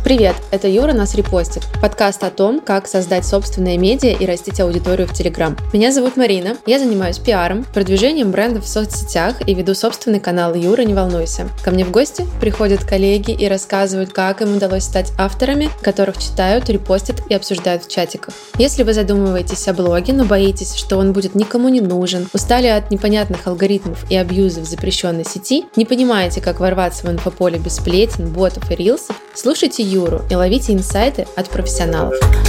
Привет, это Юра нас репостит. Подкаст о том, как создать собственное медиа и растить аудиторию в Телеграм. Меня зовут Марина, я занимаюсь пиаром, продвижением брендов в соцсетях и веду собственный канал «Юра, не волнуйся». Ко мне в гости приходят коллеги и рассказывают, как им удалось стать авторами, которых читают, репостят и обсуждают в чатиках. Если вы задумываетесь о блоге, но боитесь, что он будет никому не нужен, устали от непонятных алгоритмов и абьюзов запрещенной сети, не понимаете, как ворваться в инфополе без сплетен, ботов и рилсов, слушайте Юру и ловите инсайты от профессионалов.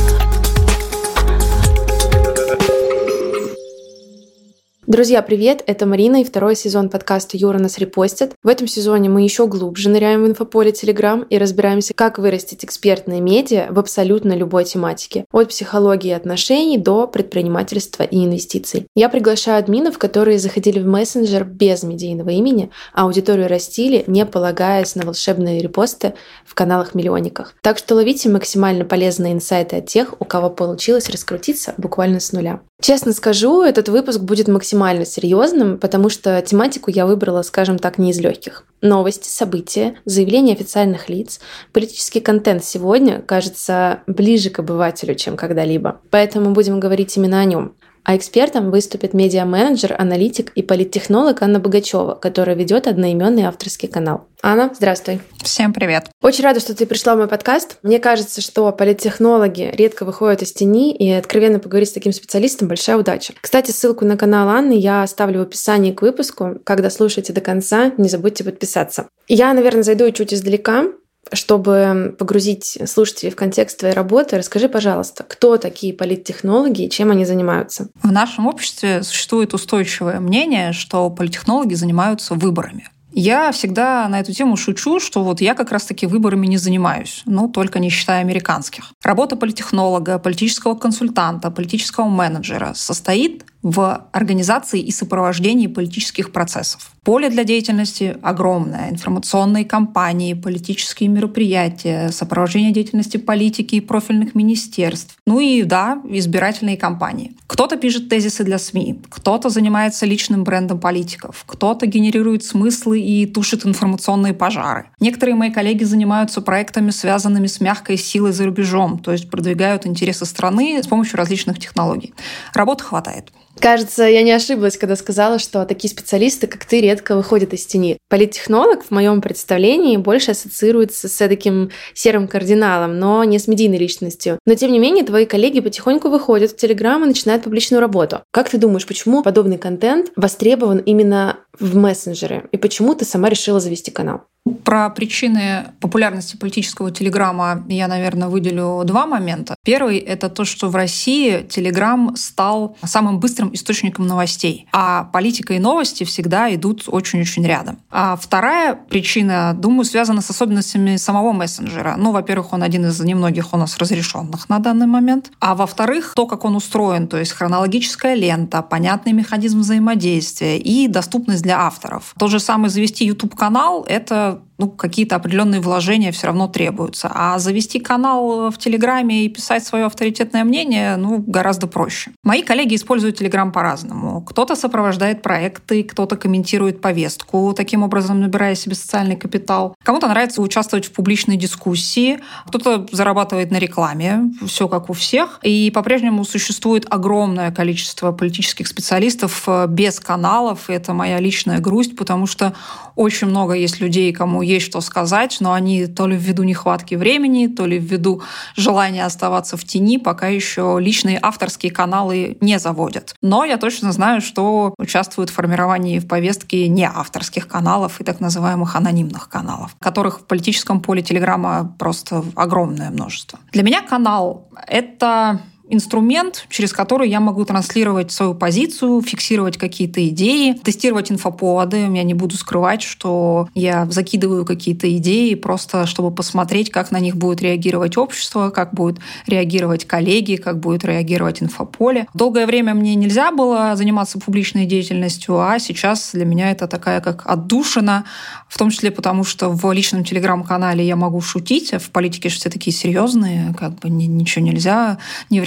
Друзья, привет! Это Марина и второй сезон подкаста «Юра нас репостит». В этом сезоне мы еще глубже ныряем в инфополе Телеграм и разбираемся, как вырастить экспертные медиа в абсолютно любой тематике. От психологии отношений до предпринимательства и инвестиций. Я приглашаю админов, которые заходили в мессенджер без медийного имени, а аудиторию растили, не полагаясь на волшебные репосты в каналах-миллионниках. Так что ловите максимально полезные инсайты от тех, у кого получилось раскрутиться буквально с нуля. Честно скажу, этот выпуск будет максимально серьезным, потому что тематику я выбрала, скажем так, не из легких. Новости, события, заявления официальных лиц, политический контент сегодня кажется ближе к обывателю, чем когда-либо. Поэтому будем говорить именно о нем. А экспертом выступит медиа-менеджер, аналитик и политтехнолог Анна Богачева, которая ведет одноименный авторский канал. Анна, здравствуй. Всем привет. Очень рада, что ты пришла в мой подкаст. Мне кажется, что политтехнологи редко выходят из тени, и откровенно поговорить с таким специалистом — большая удача. Кстати, ссылку на канал Анны я оставлю в описании к выпуску. Когда слушаете до конца, не забудьте подписаться. Я, наверное, зайду чуть издалека. Чтобы погрузить слушателей в контекст твоей работы, расскажи, пожалуйста, кто такие политтехнологи и чем они занимаются? В нашем обществе существует устойчивое мнение, что политтехнологи занимаются выборами. Я всегда на эту тему шучу, что я как раз-таки выборами не занимаюсь, только не считая американских. Работа политтехнолога, политического консультанта, политического менеджера состоит в организации и сопровождении политических процессов. Поле для деятельности огромное. Информационные кампании, политические мероприятия, сопровождение деятельности политики и профильных министерств. Избирательные кампании. Кто-то пишет тезисы для СМИ, кто-то занимается личным брендом политиков, кто-то генерирует смыслы и тушит информационные пожары. Некоторые мои коллеги занимаются проектами, связанными с мягкой силой за рубежом, то есть продвигают интересы страны с помощью различных технологий. Работы хватает. Кажется, я не ошиблась, когда сказала, что такие специалисты, как ты, редко выходят из тени. Политтехнолог, в моем представлении, больше ассоциируется с таким серым кардиналом, но не с медийной личностью. Но, тем не менее, твои коллеги потихоньку выходят в Телеграм и начинают публичную работу. Как ты думаешь, почему подобный контент востребован именно в мессенджере? И почему ты сама решила завести канал? Про причины популярности политического Телеграма я, наверное, выделю два момента. Первый — это то, что в России Телеграм стал самым быстрым источником новостей, а политика и новости всегда идут очень-очень рядом. А вторая причина, думаю, связана с особенностями самого мессенджера. Во-первых, он один из немногих у нас разрешенных на данный момент. А во-вторых, то, как он устроен, то есть хронологическая лента, понятный механизм взаимодействия и доступность для авторов. Тот же самый завести YouTube-канал — это какие-то определенные вложения все равно требуются. А завести канал в Телеграме и писать свое авторитетное мнение гораздо проще. Мои коллеги используют Телеграм по-разному. Кто-то сопровождает проекты, кто-то комментирует повестку, таким образом набирая себе социальный капитал. Кому-то нравится участвовать в публичной дискуссии, кто-то зарабатывает на рекламе, все как у всех. И по-прежнему существует огромное количество политических специалистов без каналов. И это моя личная грусть, потому что очень много есть людей, кому есть что сказать, но они то ли ввиду нехватки времени, то ли ввиду желания оставаться в тени, пока еще личные авторские каналы не заводят. Но я точно знаю, что участвуют в формировании в повестке не авторских каналов и так называемых анонимных каналов, которых в политическом поле Телеграма просто огромное множество. Для меня канал — это инструмент, через который я могу транслировать свою позицию, фиксировать какие-то идеи, тестировать инфоповоды. Я не буду скрывать, что я закидываю какие-то идеи просто, чтобы посмотреть, как на них будет реагировать общество, как будет реагировать коллеги, как будет реагировать инфополе. Долгое время мне нельзя было заниматься публичной деятельностью, а сейчас для меня это такая как отдушина, в том числе потому, что в личном телеграм-канале я могу шутить, а в политике же все такие серьезные, ничего нельзя, ни время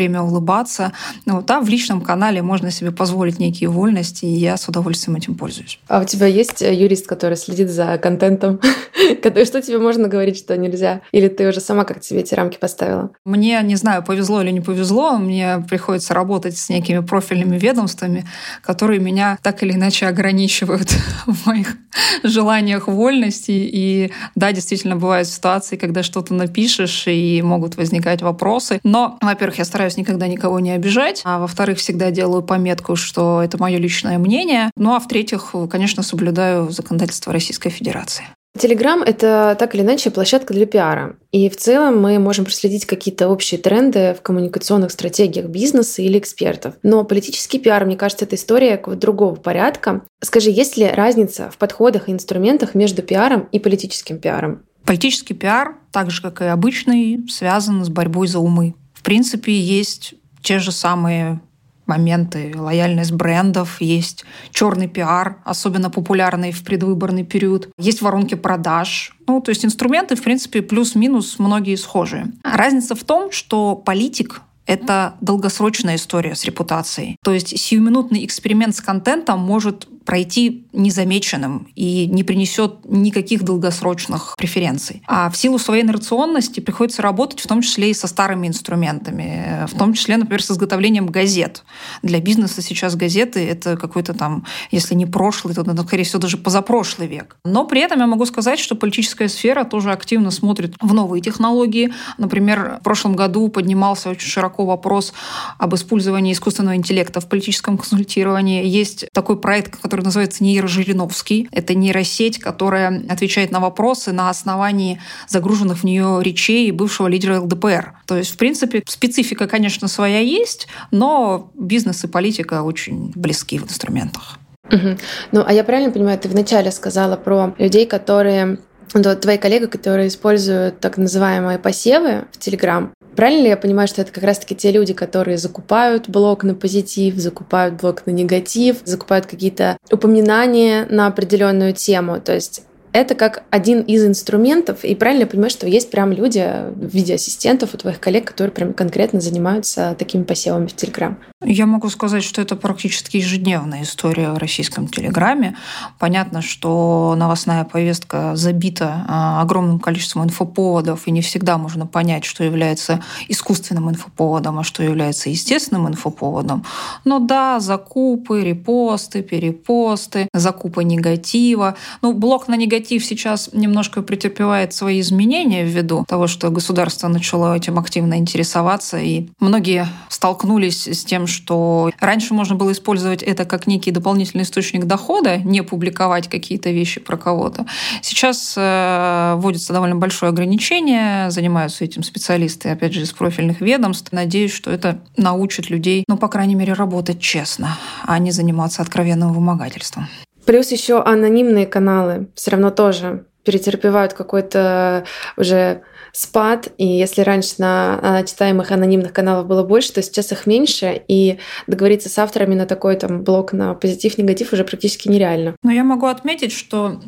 время улыбаться. В личном канале можно себе позволить некие вольности, и я с удовольствием этим пользуюсь. А у тебя есть юрист, который следит за контентом? Что тебе можно говорить, что нельзя? Или ты уже сама как себе эти рамки поставила? Мне, не знаю, повезло или не повезло, мне приходится работать с некими профильными ведомствами, которые меня так или иначе ограничивают в моих желаниях вольности. И да, действительно, бывают ситуации, когда что-то напишешь, и могут возникать вопросы. Но, во-первых, я стараюсь никогда никого не обижать, а во-вторых, всегда делаю пометку, что это мое личное мнение. А в-третьих, конечно, соблюдаю законодательство Российской Федерации. Телеграм — это так или иначе площадка для пиара. И в целом мы можем проследить какие-то общие тренды в коммуникационных стратегиях бизнеса или экспертов. Но политический пиар, мне кажется, это история какого-то другого порядка. Скажи, есть ли разница в подходах и инструментах между пиаром и политическим пиаром? Политический пиар, так же, как и обычный, связан с борьбой за умы. В принципе, есть те же самые моменты, лояльность брендов, есть черный пиар, особенно популярный в предвыборный период, есть воронки продаж. То есть инструменты, в принципе, плюс-минус многие схожие. Разница в том, что политик — это долгосрочная история с репутацией. То есть сиюминутный эксперимент с контентом может пройти незамеченным и не принесет никаких долгосрочных преференций. А в силу своей инерционности приходится работать в том числе и со старыми инструментами, в том числе, например, с изготовлением газет. Для бизнеса сейчас газеты — это какой-то если не прошлый, то, скорее всего, даже позапрошлый век. Но при этом я могу сказать, что политическая сфера тоже активно смотрит в новые технологии. Например, в прошлом году поднимался очень широко вопрос об использовании искусственного интеллекта в политическом консультировании. Есть такой проект, который называется Нейро-Жириновский. Это нейросеть, которая отвечает на вопросы на основании загруженных в нее речей бывшего лидера ЛДПР. То есть, в принципе, специфика, конечно, своя есть, но бизнес и политика очень близки в инструментах. Угу. А я правильно понимаю, ты вначале сказала про людей, которые... твои коллеги, которые используют так называемые посевы в Telegram. Правильно ли я понимаю, что это как раз-таки те люди, которые закупают блог на позитив, закупают блог на негатив, закупают какие-то упоминания на определенную тему? То есть это как один из инструментов, и правильно я понимаю, что есть прям люди в виде ассистентов у твоих коллег, которые прям конкретно занимаются такими посевами в Telegram? Я могу сказать, что это практически ежедневная история в российском Телеграме. Понятно, что новостная повестка забита огромным количеством инфоповодов, и не всегда можно понять, что является искусственным инфоповодом, а что является естественным инфоповодом. Но да, закупы, репосты, перепосты, закупы негатива. Блок на негатив сейчас немножко претерпевает свои изменения ввиду того, что государство начало этим активно интересоваться, и многие столкнулись с тем, что раньше можно было использовать это как некий дополнительный источник дохода, не публиковать какие-то вещи про кого-то. Сейчас вводится довольно большое ограничение, занимаются этим специалисты, опять же, из профильных ведомств. Надеюсь, что это научит людей, по крайней мере, работать честно, а не заниматься откровенным вымогательством. Плюс еще анонимные каналы все равно тоже перетерпевают какой-то уже спад, и если раньше на читаемых анонимных каналов было больше, то сейчас их меньше, и договориться с авторами на такой блок на позитив-негатив уже практически нереально. Я могу отметить, что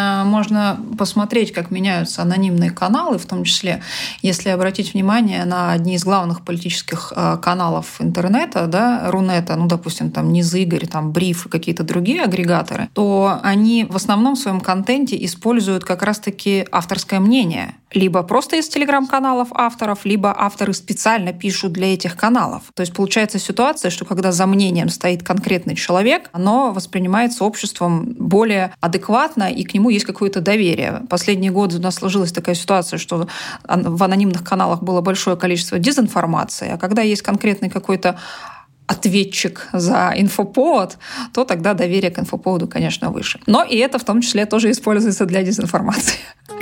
можно посмотреть, как меняются анонимные каналы, в том числе, если обратить внимание на одни из главных политических каналов интернета, Рунета, допустим, Низы Игорь, Бриф и какие-то другие агрегаторы, то они в основном в своем контенте используют как раз-таки авторское мнение. Либо просто из телеграм-каналов авторов, либо авторы специально пишут для этих каналов. То есть получается ситуация, что когда за мнением стоит конкретный человек, оно воспринимается обществом более адекватно, и к нему есть какое-то доверие. Последние годы у нас сложилась такая ситуация, что в анонимных каналах было большое количество дезинформации, а когда есть конкретный какой-то ответчик за инфоповод, то тогда доверие к инфоповоду, конечно, выше. Но и это в том числе тоже используется для дезинформации.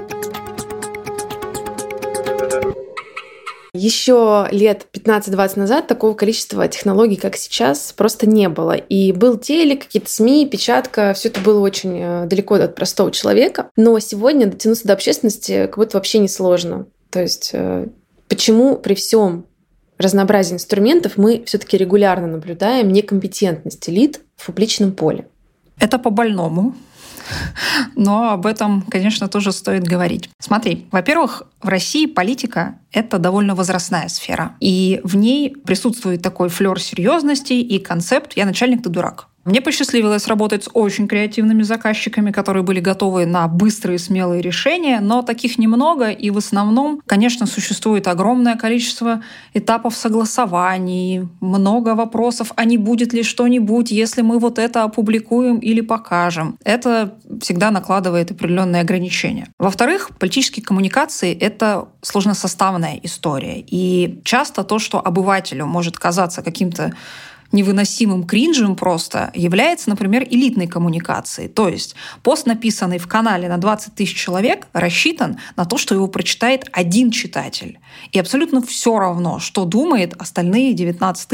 Еще лет 15-20 назад такого количества технологий, как сейчас, просто не было. И был телек, какие-то СМИ, печатка, все это было очень далеко от простого человека. Но сегодня дотянуться до общественности как будто вообще не сложно. То есть почему при всем разнообразии инструментов мы все-таки регулярно наблюдаем некомпетентность элит в публичном поле? Это по-больному. но об этом, конечно, тоже стоит говорить. Смотри, во-первых, в России политика — это довольно возрастная сфера, и в ней присутствует такой флёр серьезности и концепт «я начальник, ты дурак». Мне посчастливилось работать с очень креативными заказчиками, которые были готовы на быстрые, смелые решения, но таких немного, и в основном, конечно, существует огромное количество этапов согласований, много вопросов, а не будет ли что-нибудь, если мы вот это опубликуем или покажем. Это всегда накладывает определенные ограничения. Во-вторых, политические коммуникации — это сложносоставная история, и часто то, что обывателю может казаться каким-то невыносимым кринжем просто, является, например, элитной коммуникацией. То есть пост, написанный в канале на 20 тысяч человек, рассчитан на то, что его прочитает один читатель. И абсолютно все равно, что думает остальные 19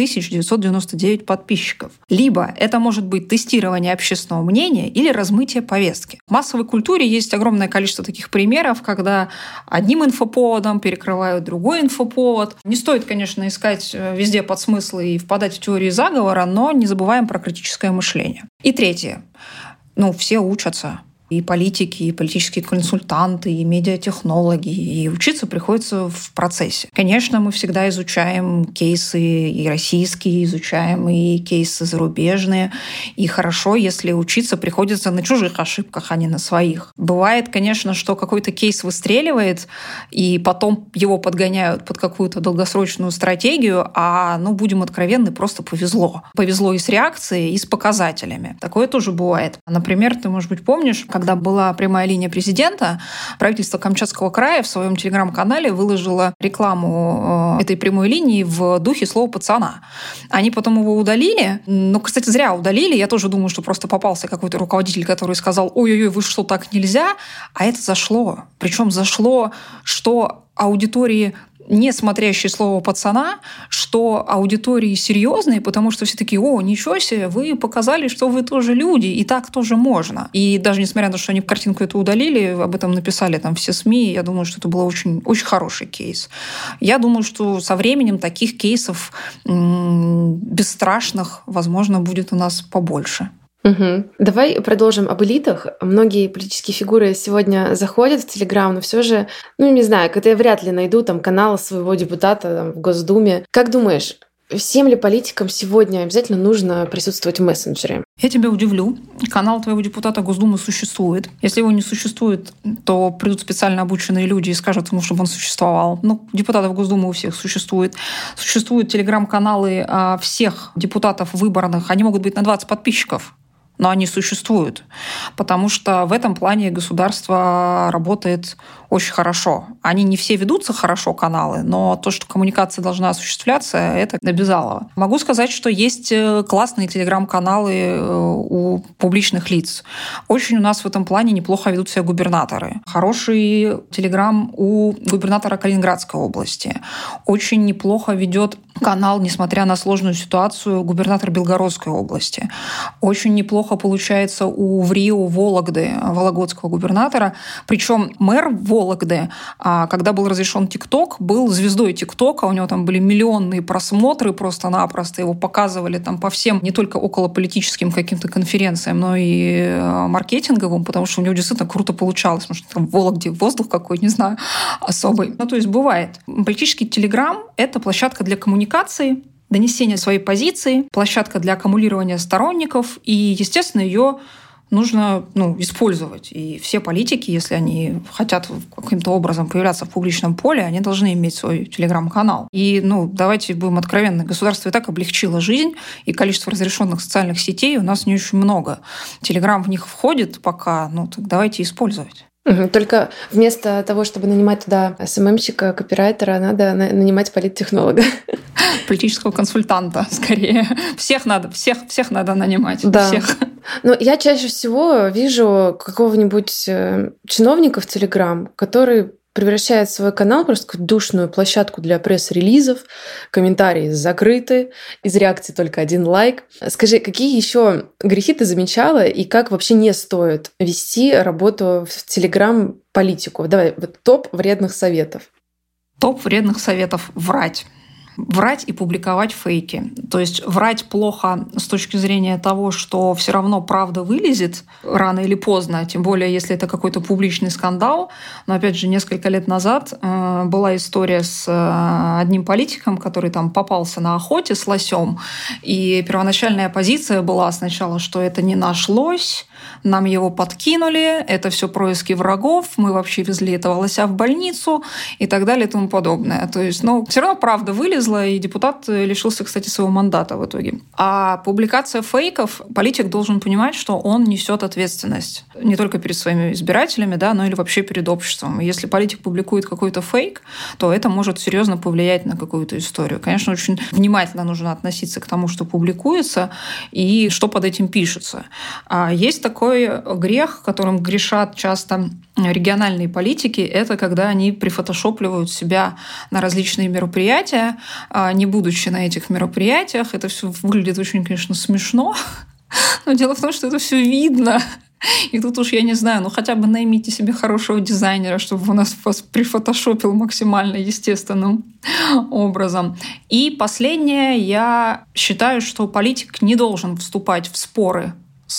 999 подписчиков. Либо это может быть тестирование общественного мнения или размытие повестки. В массовой культуре есть огромное количество таких примеров, когда одним инфоповодом перекрывают другой инфоповод. Не стоит, конечно, искать везде подсмыслы и впадать в теории заговора, но не забываем про критическое мышление. И третье. Все учатся. И политики, и политические консультанты, и медиатехнологи. И учиться приходится в процессе. Конечно, мы всегда изучаем кейсы и российские, изучаем и кейсы зарубежные. И хорошо, если учиться приходится на чужих ошибках, а не на своих. Бывает, конечно, что какой-то кейс выстреливает, и потом его подгоняют под какую-то долгосрочную стратегию, а, будем откровенны, просто повезло. Повезло и с реакцией, и с показателями. Такое тоже бывает. Например, ты, может быть, помнишь, когда была прямая линия президента, правительство Камчатского края в своем телеграм-канале выложило рекламу этой прямой линии в духе слова «пацана». Они потом его удалили. Кстати, зря удалили. Я тоже думаю, что просто попался какой-то руководитель, который сказал: «Ой-ой-ой, вы что, так нельзя?» А это зашло. Причем зашло, что аудитории, не смотрящие слово «пацана», что аудитории серьезные, потому что все такие: «О, ничего себе, вы показали, что вы тоже люди, и так тоже можно». И даже несмотря на то, что они картинку эту удалили, об этом написали там все СМИ, я думаю, что это был очень, очень хороший кейс. Я думаю, что со временем таких кейсов бесстрашных, возможно, будет у нас побольше. Угу. Давай продолжим об элитах. Многие политические фигуры сегодня заходят в Телеграм, но все же, не знаю, когда я вряд ли найду там канал своего депутата в Госдуме. Как думаешь, всем ли политикам сегодня обязательно нужно присутствовать в мессенджере? Я тебя удивлю. Канал твоего депутата Госдумы существует. Если его не существует, то придут специально обученные люди и скажут ему, чтобы он существовал. Депутатов Госдумы у всех существует. Существуют телеграм-каналы всех депутатов выборных. Они могут быть на 20 подписчиков, но они существуют, потому что в этом плане государство работает очень хорошо. Они не все ведутся хорошо, каналы, но то, что коммуникация должна осуществляться, это обязалово. Могу сказать, что есть классные телеграм-каналы у публичных лиц. Очень у нас в этом плане неплохо ведут себя губернаторы. Хороший телеграм у губернатора Калининградской области. Очень неплохо ведет канал, несмотря на сложную ситуацию, губернатор Белгородской области. Очень неплохо получается у ВРИО Вологды, вологодского губернатора. Причем мэр Вологды, когда был разрешен ТикТок, был звездой ТикТока. У него там были миллионные просмотры просто-напросто. Его показывали там по всем, не только околополитическим каким-то конференциям, но и маркетинговым, потому что у него действительно круто получалось. Потому что там в Вологде воздух какой, не знаю, особый. То есть бывает. Политический телеграм — это площадка для коммуникации, донесения своей позиции, площадка для аккумулирования сторонников, и, естественно, ее нужно использовать. И все политики, если они хотят каким-то образом появляться в публичном поле, они должны иметь свой телеграм-канал. И давайте будем откровенны, государство и так облегчило жизнь, и количество разрешенных социальных сетей у нас не очень много. Телеграм в них входит пока, так давайте использовать. Только вместо того, чтобы нанимать туда СММщика, копирайтера, надо нанимать политтехнолога. Политического консультанта, скорее. Всех надо нанимать. Да. Всех. Я чаще всего вижу какого-нибудь чиновника в Телеграм, который превращает свой канал просто в душную площадку для пресс-релизов, комментарии закрыты, из реакции только 1 лайк. Скажи, какие еще грехи ты замечала и как вообще не стоит вести работу в Телеграм-политику? Давай, топ вредных советов. Топ вредных советов — врать. врать и публиковать фейки. То есть врать плохо с точки зрения того, что все равно правда вылезет рано или поздно, тем более если это какой-то публичный скандал. Но опять же, несколько лет назад была история с одним политиком, который там попался на охоте с лосем, и первоначальная позиция была сначала, что это не наш лось, нам его подкинули, это все происки врагов, мы вообще везли этого лося в больницу и так далее и тому подобное. То есть, все равно правда вылезла, и депутат лишился, кстати, своего мандата в итоге. А публикация фейков, политик должен понимать, что он несет ответственность не только перед своими избирателями, да, но и вообще перед обществом. И если политик публикует какой-то фейк, то это может серьезно повлиять на какую-то историю. Конечно, очень внимательно нужно относиться к тому, что публикуется и что под этим пишется. А есть такой грех, которым грешат часто региональные политики, это когда они прифотошопливают себя на различные мероприятия, не будучи на этих мероприятиях. Это все выглядит очень, конечно, смешно, но дело в том, что это все видно. И тут уж, я не знаю, хотя бы наймите себе хорошего дизайнера, чтобы он вас прифотошопил максимально естественным образом. И последнее, я считаю, что политик не должен вступать в споры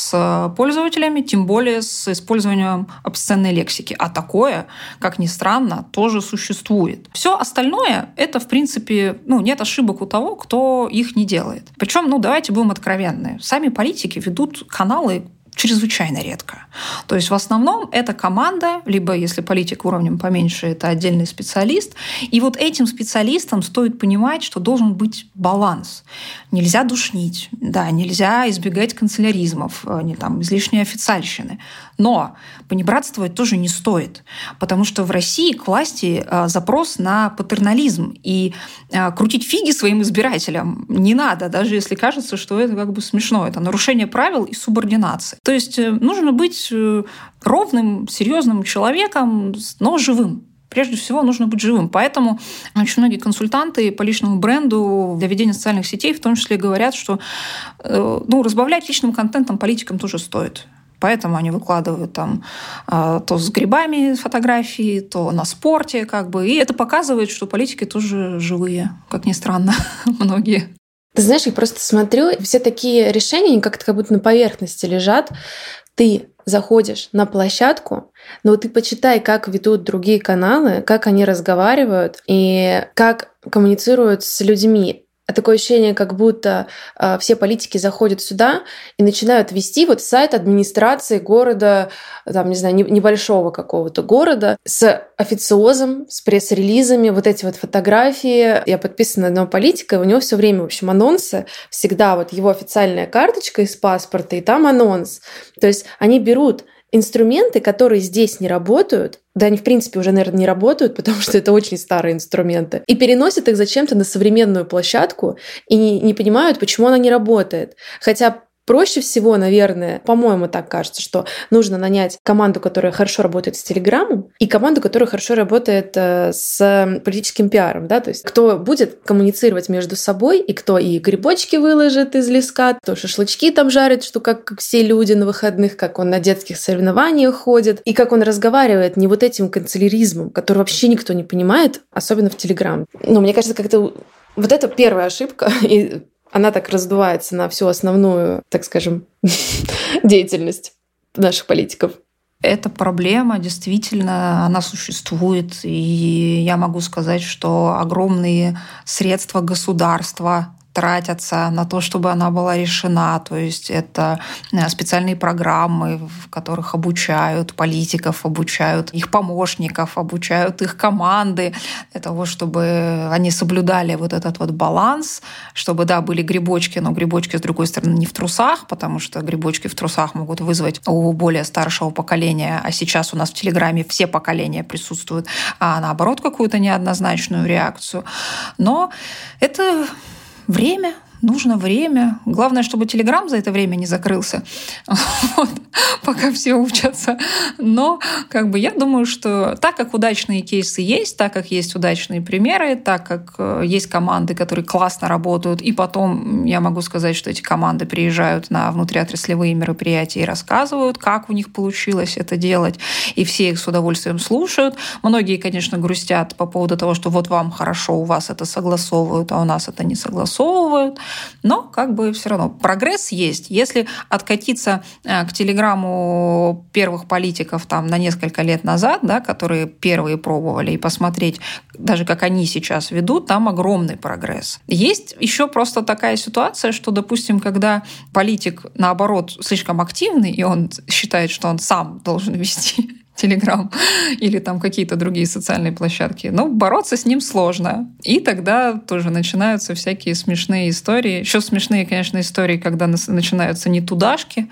с пользователями, тем более с использованием обсценной лексики. А такое, как ни странно, тоже существует. Все остальное — это, в принципе, нет ошибок у того, кто их не делает. Причем, давайте будем откровенны. Сами политики ведут каналы чрезвычайно редко. То есть в основном это команда, либо если политик уровнем поменьше, это отдельный специалист. И вот этим специалистам стоит понимать, что должен быть баланс. Нельзя душнить, нельзя избегать канцеляризмов, излишней официальщины. Но понебратствовать тоже не стоит, потому что в России к власти запрос на патернализм, и крутить фиги своим избирателям не надо, даже если кажется, что это смешно. Это нарушение правил и субординации. То есть нужно быть ровным, серьезным человеком, но живым. Прежде всего, нужно быть живым. Поэтому очень многие консультанты по личному бренду для ведения социальных сетей в том числе говорят, что разбавлять личным контентом политикам тоже стоит. Поэтому они выкладывают то с грибами фотографии, то на спорте. И это показывает, что политики тоже живые, как ни странно, многие. Ты знаешь, я просто смотрю, все такие решения, они как будто на поверхности лежат. Ты заходишь на площадку, но ты почитай, как ведут другие каналы, как они разговаривают и как коммуницируют с людьми. Такое ощущение, как будто все политики заходят сюда и начинают вести сайт администрации города, небольшого какого-то города с официозом, с пресс-релизами, эти фотографии. Я подписана на одного политика, и у него все время, в общем, анонсы. Всегда его официальная карточка из паспорта, и там анонс. То есть они берут инструменты, которые здесь не работают, они, в принципе, уже, наверное, не работают, потому что это очень старые инструменты, и переносят их зачем-то на современную площадку и не понимают, почему она не работает. Хотя проще всего, наверное, по-моему, так кажется, что нужно нанять команду, которая хорошо работает с Телеграмом, и команду, которая хорошо работает с политическим пиаром. То есть кто будет коммуницировать между собой, и кто и грибочки выложит из леска, кто шашлычки там жарит, что как все люди на выходных, как он на детских соревнованиях ходит, и как он разговаривает не этим канцеляризмом, который вообще никто не понимает, особенно в Телеграм. Мне кажется, как-то это первая ошибка, и она так раздувается на всю основную, так скажем, деятельность наших политиков. Эта проблема действительно, она существует. И я могу сказать, что огромные средства государства тратятся на то, чтобы она была решена. То есть это специальные программы, в которых обучают политиков, обучают их помощников, обучают их команды для того, чтобы они соблюдали этот баланс, чтобы, были грибочки, но грибочки, с другой стороны, не в трусах, потому что грибочки в трусах могут вызвать у более старшего поколения, а сейчас у нас в Телеграме все поколения присутствуют, а наоборот, какую-то неоднозначную реакцию. Но это время, нужно время. Главное, чтобы Telegram за это время не закрылся, вот, пока все учатся. Но я думаю, что так как удачные кейсы есть, так как есть удачные примеры, так как есть команды, которые классно работают, и потом я могу сказать, что эти команды приезжают на внутриотраслевые мероприятия и рассказывают, как у них получилось это делать, и все их с удовольствием слушают. Многие, конечно, грустят по поводу того, что вот вам хорошо, у вас это согласовывают, а у нас это не согласовывают. Но все равно прогресс есть. Если откатиться к телеграмму первых политиков на несколько лет назад, которые первые пробовали, и посмотреть даже, как они сейчас ведут, там огромный прогресс. Есть еще просто такая ситуация, что, допустим, когда политик, наоборот, слишком активный, и он считает, что он сам должен вести Telegram или какие-то другие социальные площадки. Бороться с ним сложно. И тогда тоже начинаются всякие смешные истории. Еще смешные, конечно, истории, когда начинаются нетудашки,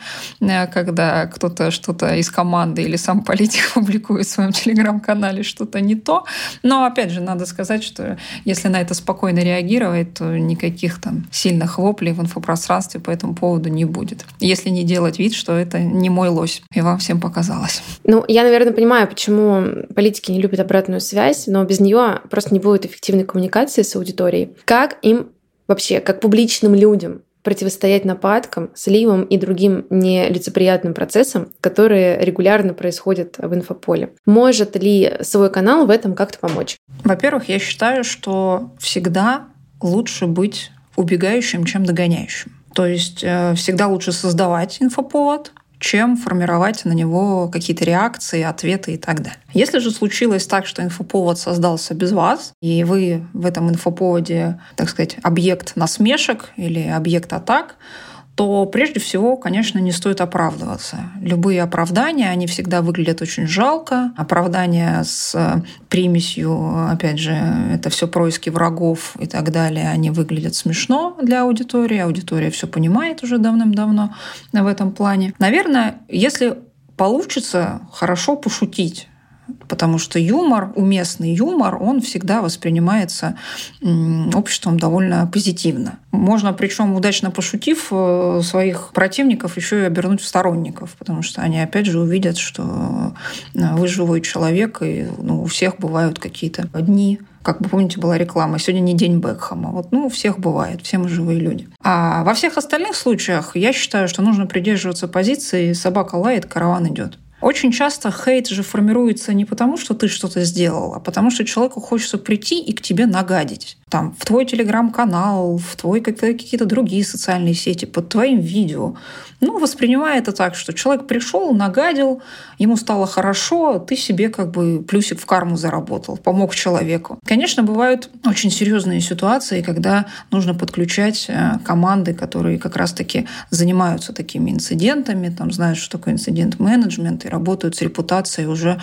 когда кто-то что-то из команды или сам политик публикует в своем Telegram-канале что-то не то. Но, опять же, надо сказать, что если на это спокойно реагировать, то никаких сильных воплей в инфопространстве по этому поводу не будет. Если не делать вид, что это не мой лось, и вам всем показалось. Я, наверное, понимаю, почему политики не любят обратную связь, но без нее просто не будет эффективной коммуникации с аудиторией. Как им вообще, как публичным людям, противостоять нападкам, сливам и другим нелицеприятным процессам, которые регулярно происходят в инфополе? Может ли свой канал в этом как-то помочь? Во-первых, я считаю, что всегда лучше быть убегающим, чем догоняющим. То есть всегда лучше создавать инфоповод, чем формировать на него какие-то реакции, ответы и так далее. Если же случилось так, что инфоповод создался без вас, и вы в этом инфоповоде, так сказать, объект насмешек или объект атак, то прежде всего, конечно, не стоит оправдываться. Любые оправдания, они всегда выглядят очень жалко. Оправдания с примесью, опять же, это все происки врагов и так далее, они выглядят смешно для аудитории. Аудитория все понимает уже давным-давно в этом плане. Наверное, если получится хорошо пошутить, потому что юмор, уместный юмор, он всегда воспринимается обществом довольно позитивно. Можно, причем удачно пошутив, своих противников еще и обернуть в сторонников, потому что они опять же увидят, что вы живой человек, и у всех бывают какие-то дни. Как вы помните, была реклама «Сегодня не день Бекхэма». У всех бывает, все мы живые люди. А во всех остальных случаях я считаю, что нужно придерживаться позиции «собака лает, караван идет». Очень часто хейт же формируется не потому, что ты что-то сделал, а потому что человеку хочется прийти и к тебе нагадить. В твой телеграм-канал, в твой какие-то другие социальные сети, под твоим видео. Воспринимай это так, что человек пришел, нагадил, ему стало хорошо, ты себе плюсик в карму заработал, помог человеку. Конечно, бывают очень серьезные ситуации, когда нужно подключать команды, которые как раз-таки занимаются такими инцидентами, знают, что такое инцидент-менеджмент, и работают с репутацией уже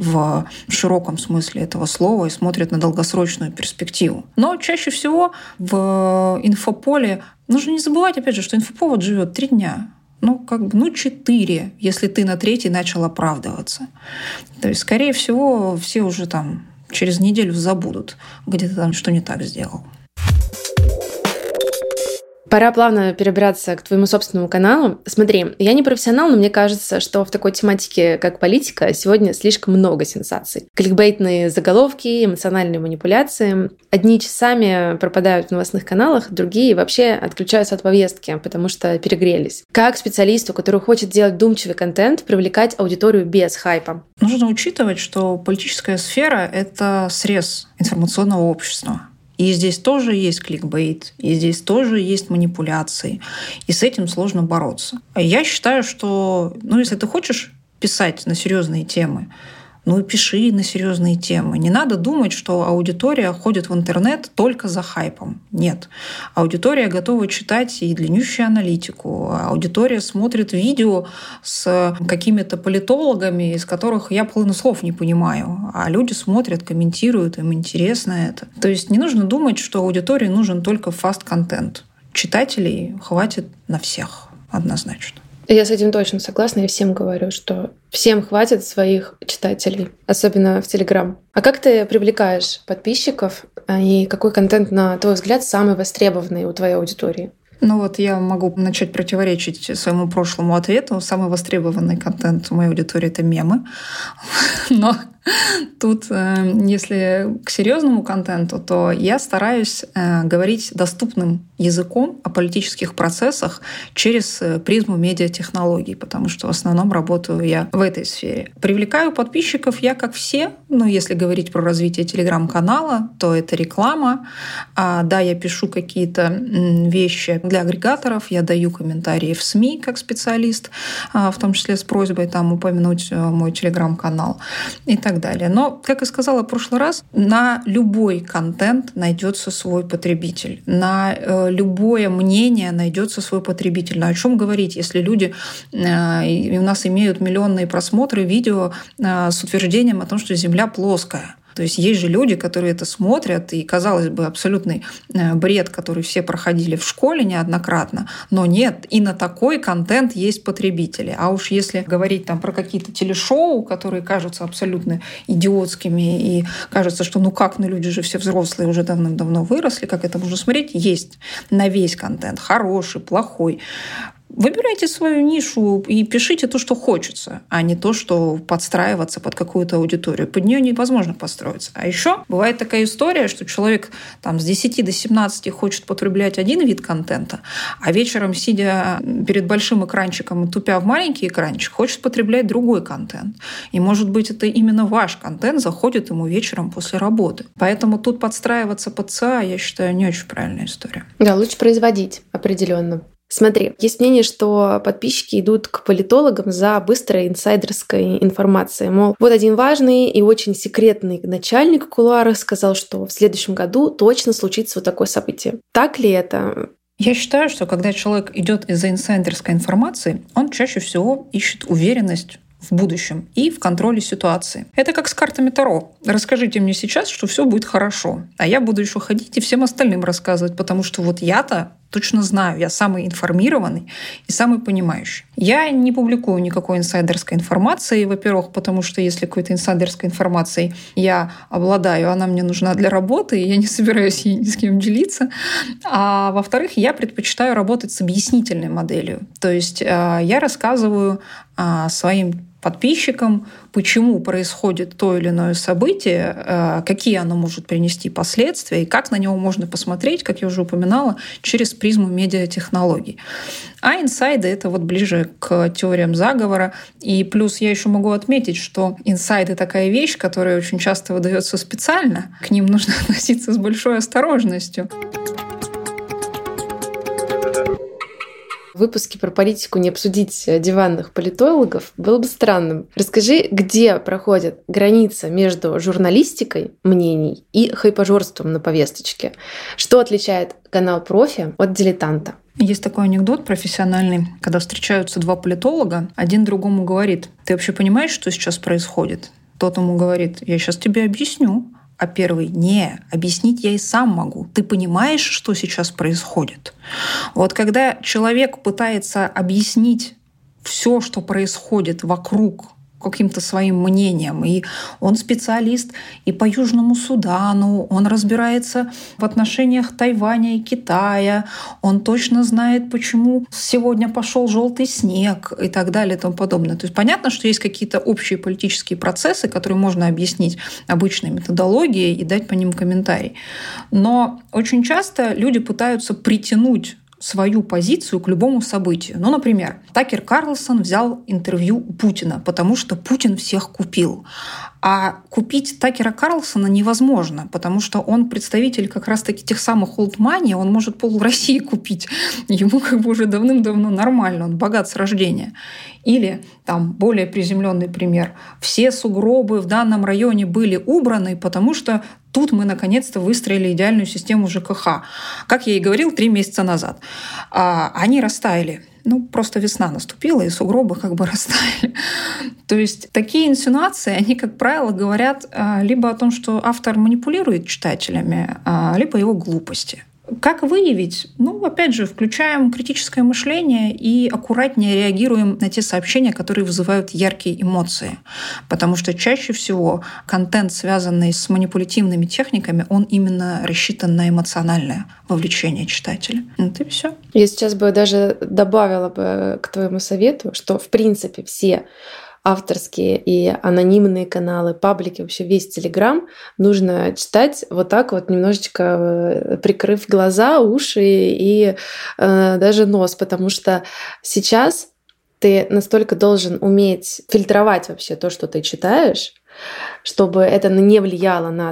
в широком смысле этого слова и смотрят на долгосрочную перспективу. Но чаще всего в инфополе нужно не забывать, опять же, что инфоповод живет 3 дня. 4, если ты на 3-й начал оправдываться. То есть, скорее всего, все уже через неделю забудут, где ты что не так сделал. Пора плавно перебираться к твоему собственному каналу. Смотри, я не профессионал, но мне кажется, что в такой тематике, как политика, сегодня слишком много сенсаций. Кликбейтные заголовки, эмоциональные манипуляции. Одни часами пропадают в новостных каналах, другие вообще отключаются от повестки, потому что перегрелись. Как специалисту, который хочет делать вдумчивый контент, привлекать аудиторию без хайпа? Нужно учитывать, что политическая сфера — это срез информационного общества. И здесь тоже есть кликбейт, и здесь тоже есть манипуляции. И с этим сложно бороться. Я считаю, что если ты хочешь писать на серьезные темы, и пиши на серьезные темы. Не надо думать, что аудитория ходит в интернет только за хайпом. Нет. Аудитория готова читать и длиннющую аналитику. Аудитория смотрит видео с какими-то политологами, из которых я половину слов не понимаю. А люди смотрят, комментируют, им интересно это. То есть не нужно думать, что аудитории нужен только фаст-контент. Читателей хватит на всех, однозначно. Я с этим точно согласна. Я всем говорю, что всем хватит своих читателей, особенно в Telegram. А как ты привлекаешь подписчиков? И какой контент, на твой взгляд, самый востребованный у твоей аудитории? Ну вот я могу начать противоречить своему прошлому ответу. Самый востребованный контент у моей аудитории — это мемы. Но тут, если к серьезному контенту, то я стараюсь говорить доступным языком о политических процессах через призму медиатехнологий, потому что в основном работаю я в этой сфере. Привлекаю подписчиков я, как все. Ну, если говорить про развитие телеграм-канала, то это реклама. Да, я пишу какие-то вещи для агрегаторов, я даю комментарии в СМИ как специалист, в том числе с просьбой там упомянуть мой телеграм-канал и так далее. Но, как и сказала в прошлый раз, на любой контент найдется свой потребитель, на любое мнение найдется свой потребитель. Но о чем говорить, если люди у нас имеют миллионные просмотры видео с утверждением о том, что Земля плоская? То есть есть же люди, которые это смотрят, и, казалось бы, абсолютный бред, который все проходили в школе неоднократно, но нет, и на такой контент есть потребители. А уж если говорить там про какие-то телешоу, которые кажутся абсолютно идиотскими, и кажется, что ну как, ну люди же все взрослые, уже давным-давно выросли, как это можно смотреть, есть на весь контент, хороший, плохой. Выбирайте свою нишу и пишите то, что хочется, а не то, что подстраиваться под какую-то аудиторию. Под нее невозможно подстроиться. А еще бывает такая история, что человек там, с 10 до 17 хочет потреблять один вид контента, а вечером, сидя перед большим экранчиком и тупя в маленький экранчик, хочет потреблять другой контент. И, может быть, это именно ваш контент заходит ему вечером после работы. Поэтому тут подстраиваться под ЦА, я считаю, не очень правильная история. Да, лучше производить определенно. Смотри, есть мнение, что подписчики идут к политологам за быстрой инсайдерской информацией. Мол, вот один важный и очень секретный начальник в кулуарах сказал, что в следующем году точно случится вот такое событие. Так ли это? Я считаю, что когда человек идет из-за инсайдерской информации, он чаще всего ищет уверенность в будущем и в контроле ситуации. Это как с картами Таро. Расскажите мне сейчас, что все будет хорошо, а я буду еще ходить и всем остальным рассказывать, потому что вот я-то точно знаю, я самый информированный и самый понимающий. Я не публикую никакой инсайдерской информации, во-первых, потому что если какой-то инсайдерской информацией я обладаю, она мне нужна для работы, и я не собираюсь ей ни с кем делиться. А во-вторых, я предпочитаю работать с объяснительной моделью. То есть я рассказываю своим подписчикам, почему происходит то или иное событие, какие оно может принести последствия и как на него можно посмотреть, как я уже упоминала, через призму медиатехнологий. А инсайды — это вот ближе к теориям заговора. И плюс я еще могу отметить, что инсайды — такая вещь, которая очень часто выдается специально. К ним нужно относиться с большой осторожностью. В выпуске про политику не обсудить диванных политологов было бы странным. Расскажи, где проходит граница между журналистикой мнений и хайпажорством на повесточке? Что отличает канал «Профи» от «Дилетанта»? Есть такой анекдот профессиональный, когда встречаются два политолога, один другому говорит: «Ты вообще понимаешь, что сейчас происходит?» Тот ему говорит: «Я сейчас тебе объясню». А первый: «Не, объяснить я и сам могу. Ты понимаешь, что сейчас происходит?» Вот когда человек пытается объяснить все, что происходит вокруг, каким-то своим мнением, и он специалист и по Южному Судану, он разбирается в отношениях Тайваня и Китая, он точно знает, почему сегодня пошел желтый снег и так далее и тому подобное. То есть понятно, что есть какие-то общие политические процессы, которые можно объяснить обычной методологией и дать по ним комментарий. Но очень часто люди пытаются притянуть свою позицию к любому событию. Ну, например, Такер Карлсон взял интервью у Путина, потому что Путин всех купил. А купить Такера Карлсона невозможно, потому что он представитель как раз-таки тех самых old money, он может пол России купить. Ему как бы уже давным-давно нормально, он богат с рождения. Или там более приземленный пример. Все сугробы в данном районе были убраны, потому что тут мы наконец-то выстроили идеальную систему ЖКХ. Как я и говорил 3 месяца назад. Они растаяли. Ну, просто весна наступила, и сугробы как бы растаяли. То есть такие инсинуации, они, как правило, говорят либо о том, что автор манипулирует читателями, либо о его глупости. Как выявить? Опять же, включаем критическое мышление и аккуратнее реагируем на те сообщения, которые вызывают яркие эмоции. Потому что чаще всего контент, связанный с манипулятивными техниками, он именно рассчитан на эмоциональное вовлечение читателя. Вот и все. Я сейчас бы даже добавила бы к твоему совету, что в принципе все авторские и анонимные каналы, паблики, вообще весь Телеграм нужно читать вот так вот, немножечко прикрыв глаза, уши и даже нос, потому что сейчас ты настолько должен уметь фильтровать вообще то, что ты читаешь, чтобы это не влияло на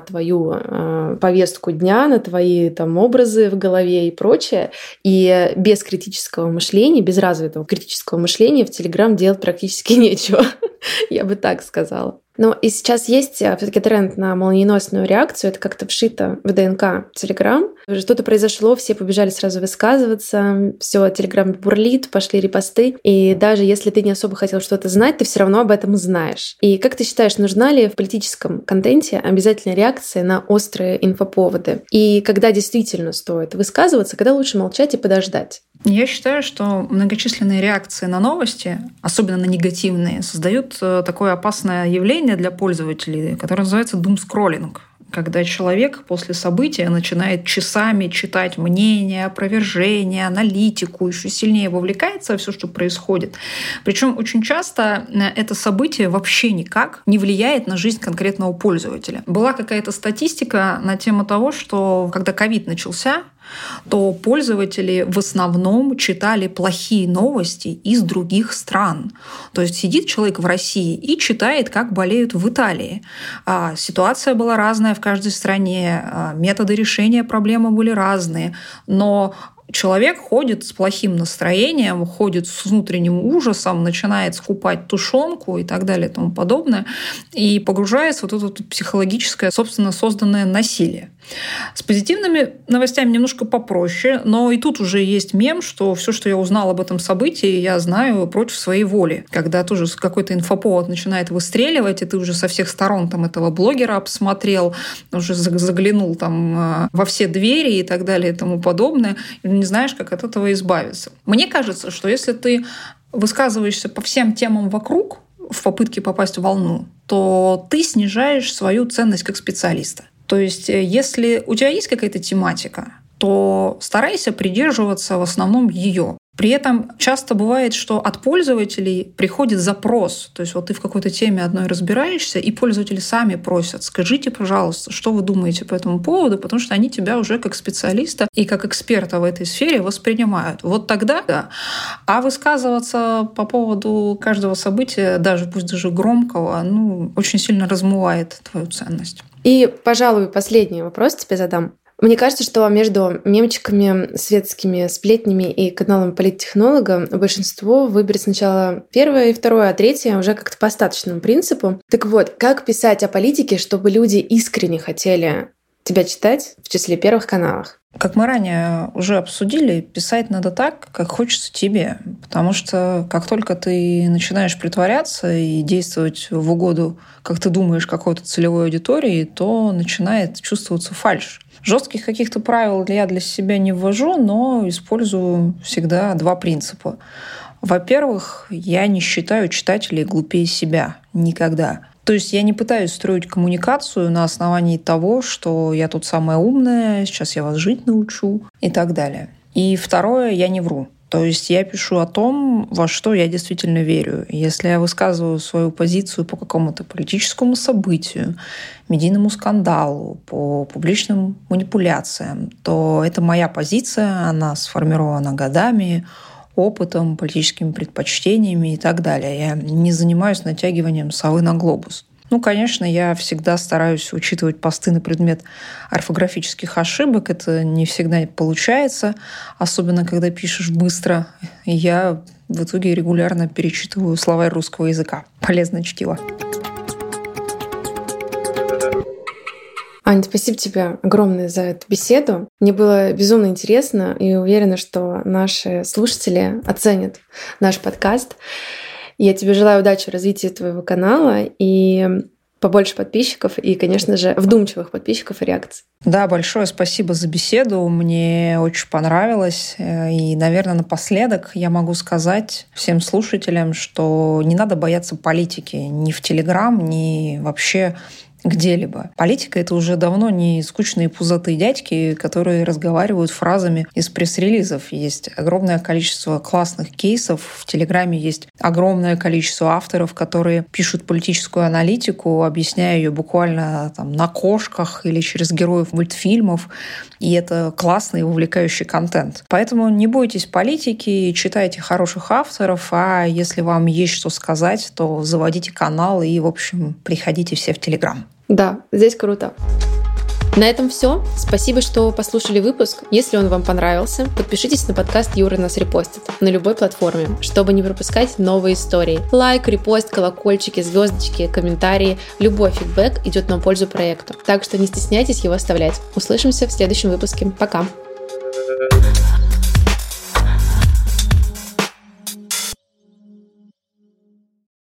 твою повестку дня, на твои там образы в голове и прочее. И без критического мышления, без развитого критического мышления в Телеграм делать практически нечего. Я бы так сказала. Но и сейчас есть все-таки тренд на молниеносную реакцию. Это как-то вшито в ДНК Телеграм. Что-то произошло, все побежали сразу высказываться. Все, Телеграм бурлит, пошли репосты. И даже если ты не особо хотел что-то знать, ты все равно об этом знаешь. И как ты считаешь, нужна ли в политическом контенте обязательная реакция на острые инфоповоды? И когда действительно стоит высказываться, когда лучше молчать и подождать? Я считаю, что многочисленные реакции на новости, особенно на негативные, создают такое опасное явление для пользователей, которое называется думскроллинг. Когда человек после события начинает часами читать мнения, опровержения, аналитику, еще сильнее вовлекается во все, что происходит. Причем очень часто это событие вообще никак не влияет на жизнь конкретного пользователя. Была какая-то статистика на тему того, что когда ковид начался, то пользователи в основном читали плохие новости из других стран. То есть сидит человек в России и читает, как болеют в Италии. Ситуация была разная в каждой стране, методы решения проблемы были разные, но человек ходит с плохим настроением, ходит с внутренним ужасом, начинает скупать тушенку и так далее и тому подобное, и погружается в вот это психологическое, собственно, созданное насилие. С позитивными новостями немножко попроще, но и тут уже есть мем, что все, что я узнал об этом событии, я знаю против своей воли. Когда тоже какой-то инфоповод начинает выстреливать, и ты уже со всех сторон там этого блогера обсмотрел, уже заглянул там во все двери и так далее и тому подобное, и не знаешь, как от этого избавиться. Мне кажется, что если ты высказываешься по всем темам вокруг в попытке попасть в волну, то ты снижаешь свою ценность как специалиста. То есть, если у тебя есть какая-то тематика, то старайся придерживаться в основном ее. При этом часто бывает, что от пользователей приходит запрос. То есть вот ты в какой-то теме одной разбираешься, и пользователи сами просят: скажите, пожалуйста, что вы думаете по этому поводу, потому что они тебя уже как специалиста и как эксперта в этой сфере воспринимают. Вот тогда да. А высказываться по поводу каждого события, пусть даже громкого, очень сильно размывает твою ценность. И, пожалуй, последний вопрос тебе задам. Мне кажется, что между мемчиками, светскими сплетнями и каналом политтехнолога большинство выберет сначала первое и второе, а третье уже как-то по остаточному принципу. Так вот, как писать о политике, чтобы люди искренне хотели тебя читать в числе первых каналов? Как мы ранее уже обсудили, писать надо так, как хочется тебе. Потому что как только ты начинаешь притворяться и действовать в угоду, как ты думаешь, какой-то целевой аудитории, то начинает чувствоваться фальшь. Жестких каких-то правил я для себя не ввожу, но использую всегда два принципа. Во-первых, я не считаю читателей глупее себя. Никогда. То есть я не пытаюсь строить коммуникацию на основании того, что я тут самая умная, сейчас я вас жить научу и так далее. И второе, я не вру. То есть я пишу о том, во что я действительно верю. Если я высказываю свою позицию по какому-то политическому событию, медийному скандалу, по публичным манипуляциям, то это моя позиция, она сформирована годами, опытом, политическими предпочтениями и так далее. Я не занимаюсь натягиванием совы на глобус. Конечно, я всегда стараюсь учитывать посты на предмет орфографических ошибок. Это не всегда получается, особенно когда пишешь быстро. Я в итоге регулярно перечитываю словарь русского языка. Полезное чтиво. Аня, спасибо тебе огромное за эту беседу. Мне было безумно интересно и уверена, что наши слушатели оценят наш подкаст. Я тебе желаю удачи в развитии твоего канала и побольше подписчиков и, конечно же, вдумчивых подписчиков и реакций. Да, большое спасибо за беседу. Мне очень понравилось. И, наверное, напоследок я могу сказать всем слушателям, что не надо бояться политики ни в Телеграм, ни вообще где-либо. Политика — это уже давно не скучные пузатые дядьки, которые разговаривают фразами из пресс-релизов. Есть огромное количество классных кейсов. В Телеграме есть огромное количество авторов, которые пишут политическую аналитику, объясняя ее буквально на кошках или через героев мультфильмов. И это классный и увлекающий контент. Поэтому не бойтесь политики, читайте хороших авторов, а если вам есть что сказать, то заводите канал и, в общем, приходите все в Телеграм. Да, здесь круто. На этом все. Спасибо, что послушали выпуск. Если он вам понравился, подпишитесь на подкаст «Юра нас репостит» на любой платформе, чтобы не пропускать новые истории. Лайк, репост, колокольчики, звездочки, комментарии. Любой фидбэк идет на пользу проекту. Так что не стесняйтесь его оставлять. Услышимся в следующем выпуске. Пока!